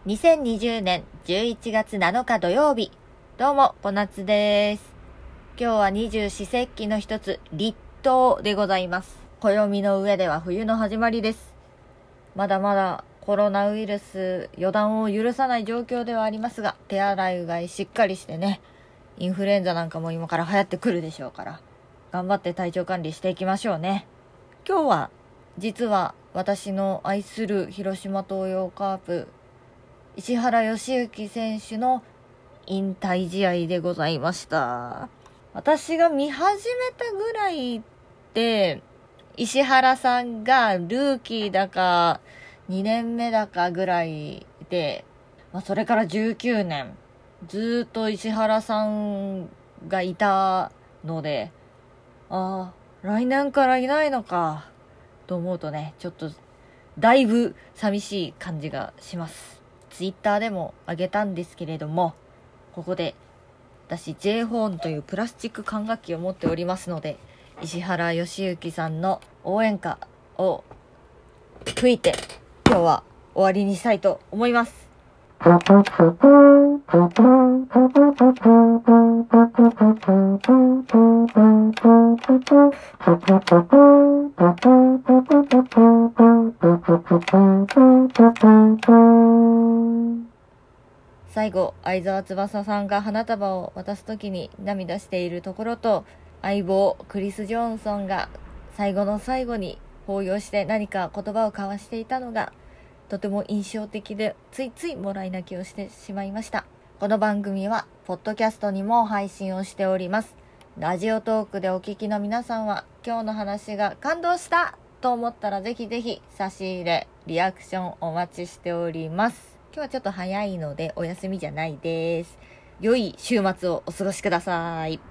2020年11月7日土曜日。どうも、こなつです。今日は二十四節気の一つ、立冬でございます。暦の上では冬の始まりです。まだまだコロナウイルス予断を許さない状況ではありますが、手洗いうがいしっかりしてね、インフルエンザなんかも今から流行ってくるでしょうから、頑張って体調管理していきましょうね。今日は、実は私の愛する広島東洋カープ、石原良幸選手の引退試合でございました。私が見始めたぐらいで、石原さんがルーキーだか2年目だかぐらいで、それから19年ずっと石原さんがいたので、来年からいないのかと思うとね、ちょっとだいぶ寂しい感じがします。ツイッターでもあげたんですけれども、ここで私 J ホーンというプラスチック管楽器を持っておりますので、石原良幸さんの応援歌を吹いて今日は終わりにしたいと思います。最後、相沢翼さんが花束を渡すときに涙しているところと、相棒クリス・ジョンソンが最後の最後に抱擁して何か言葉を交わしていたのがとても印象的で、ついついもらい泣きをしてしまいました。この番組はポッドキャストにも配信をしております。ラジオトークでお聞きの皆さんは、今日の話が感動したと思ったらぜひぜひ差し入れリアクションお待ちしております。今日はちょっと早いのでお休みじゃないです。良い週末をお過ごしください。